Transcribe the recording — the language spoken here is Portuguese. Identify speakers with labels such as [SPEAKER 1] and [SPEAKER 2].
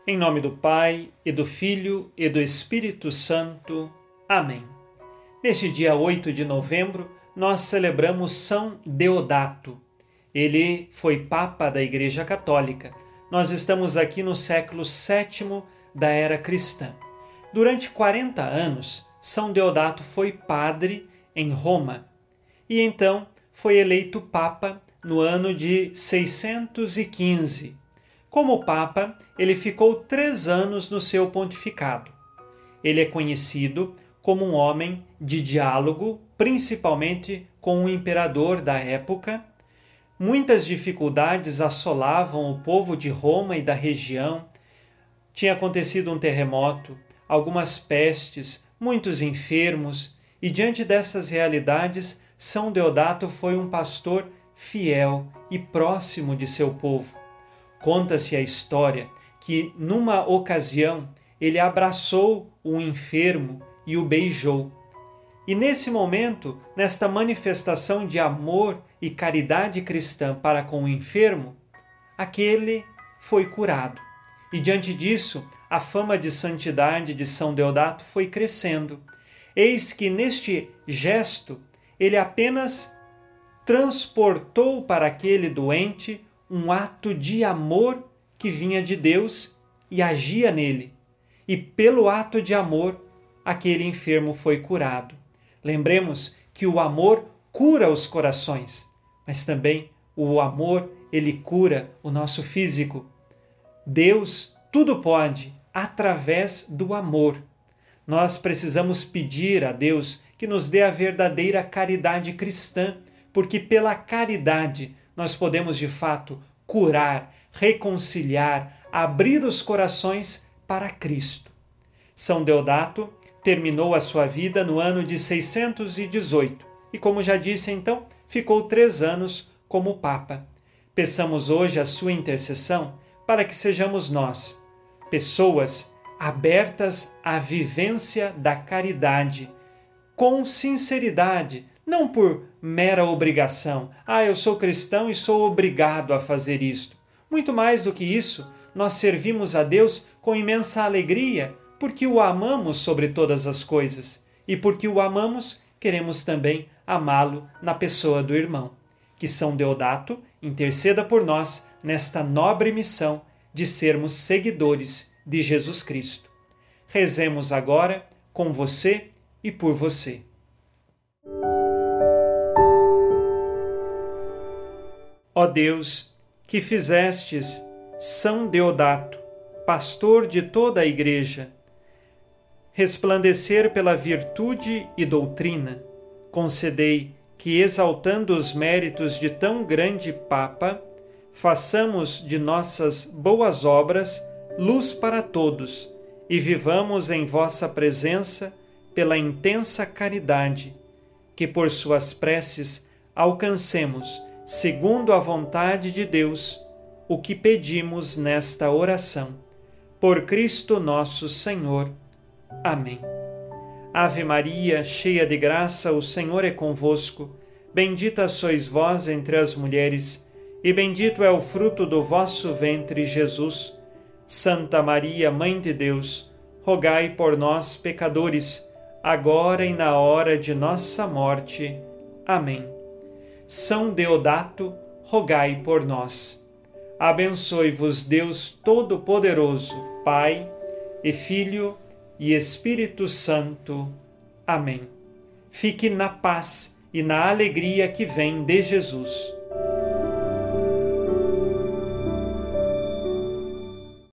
[SPEAKER 1] Em nome do Pai, e do Filho, e do Espírito Santo. Amém. Neste dia 8 de novembro, nós celebramos São Deodato. Ele foi Papa da Igreja Católica. Nós estamos aqui no século VII da era cristã. Durante 40 anos, São Deodato foi padre em Roma e então foi eleito Papa no ano de 615. Como Papa, ele ficou 3 anos no seu pontificado. Ele é conhecido como um homem de diálogo, principalmente com o imperador da época. Muitas dificuldades assolavam o povo de Roma e da região. Tinha acontecido um terremoto, algumas pestes, muitos enfermos, e diante dessas realidades, São Deodato foi um pastor fiel e próximo de seu povo. Conta-se a história que, numa ocasião, ele abraçou um enfermo e o beijou. E nesse momento, nesta manifestação de amor e caridade cristã para com o enfermo, aquele foi curado. E diante disso, a fama de santidade de São Deodato foi crescendo. Eis que neste gesto, ele apenas transportou para aquele doente um ato de amor que vinha de Deus e agia nele. E pelo ato de amor, aquele enfermo foi curado. Lembremos que o amor cura os corações, mas também o amor, ele cura o nosso físico. Deus tudo pode através do amor. Nós precisamos pedir a Deus que nos dê a verdadeira caridade cristã, porque pela caridade nós podemos de fato curar, reconciliar, abrir os corações para Cristo. São Deodato terminou a sua vida no ano de 618 e, como já disse então, ficou 3 anos como Papa. Peçamos hoje a sua intercessão para que sejamos nós, pessoas abertas à vivência da caridade, com sinceridade, não por mera obrigação. Eu sou cristão e sou obrigado a fazer isto. Muito mais do que isso, nós servimos a Deus com imensa alegria, porque o amamos sobre todas as coisas. E porque o amamos, queremos também amá-lo na pessoa do irmão. Que São Deodato interceda por nós nesta nobre missão de sermos seguidores de Jesus Cristo. Rezemos agora com você e por você. Ó Deus, que fizestes São Deodato, pastor de toda a Igreja, resplandecer pela virtude e doutrina, concedei que, exaltando os méritos de tão grande Papa, façamos de nossas boas obras luz para todos e vivamos em vossa presença pela intensa caridade, que por suas preces alcancemos, segundo a vontade de Deus, o que pedimos nesta oração. Por Cristo nosso Senhor. Amém. Ave Maria, cheia de graça, o Senhor é convosco. Bendita sois vós entre as mulheres, e bendito é o fruto do vosso ventre, Jesus. Santa Maria, Mãe de Deus, rogai por nós, pecadores, agora e na hora de nossa morte. Amém. São Deodato, rogai por nós. Abençoe-vos Deus Todo-Poderoso, Pai e Filho e Espírito Santo. Amém. Fique na paz e na alegria que vem de Jesus.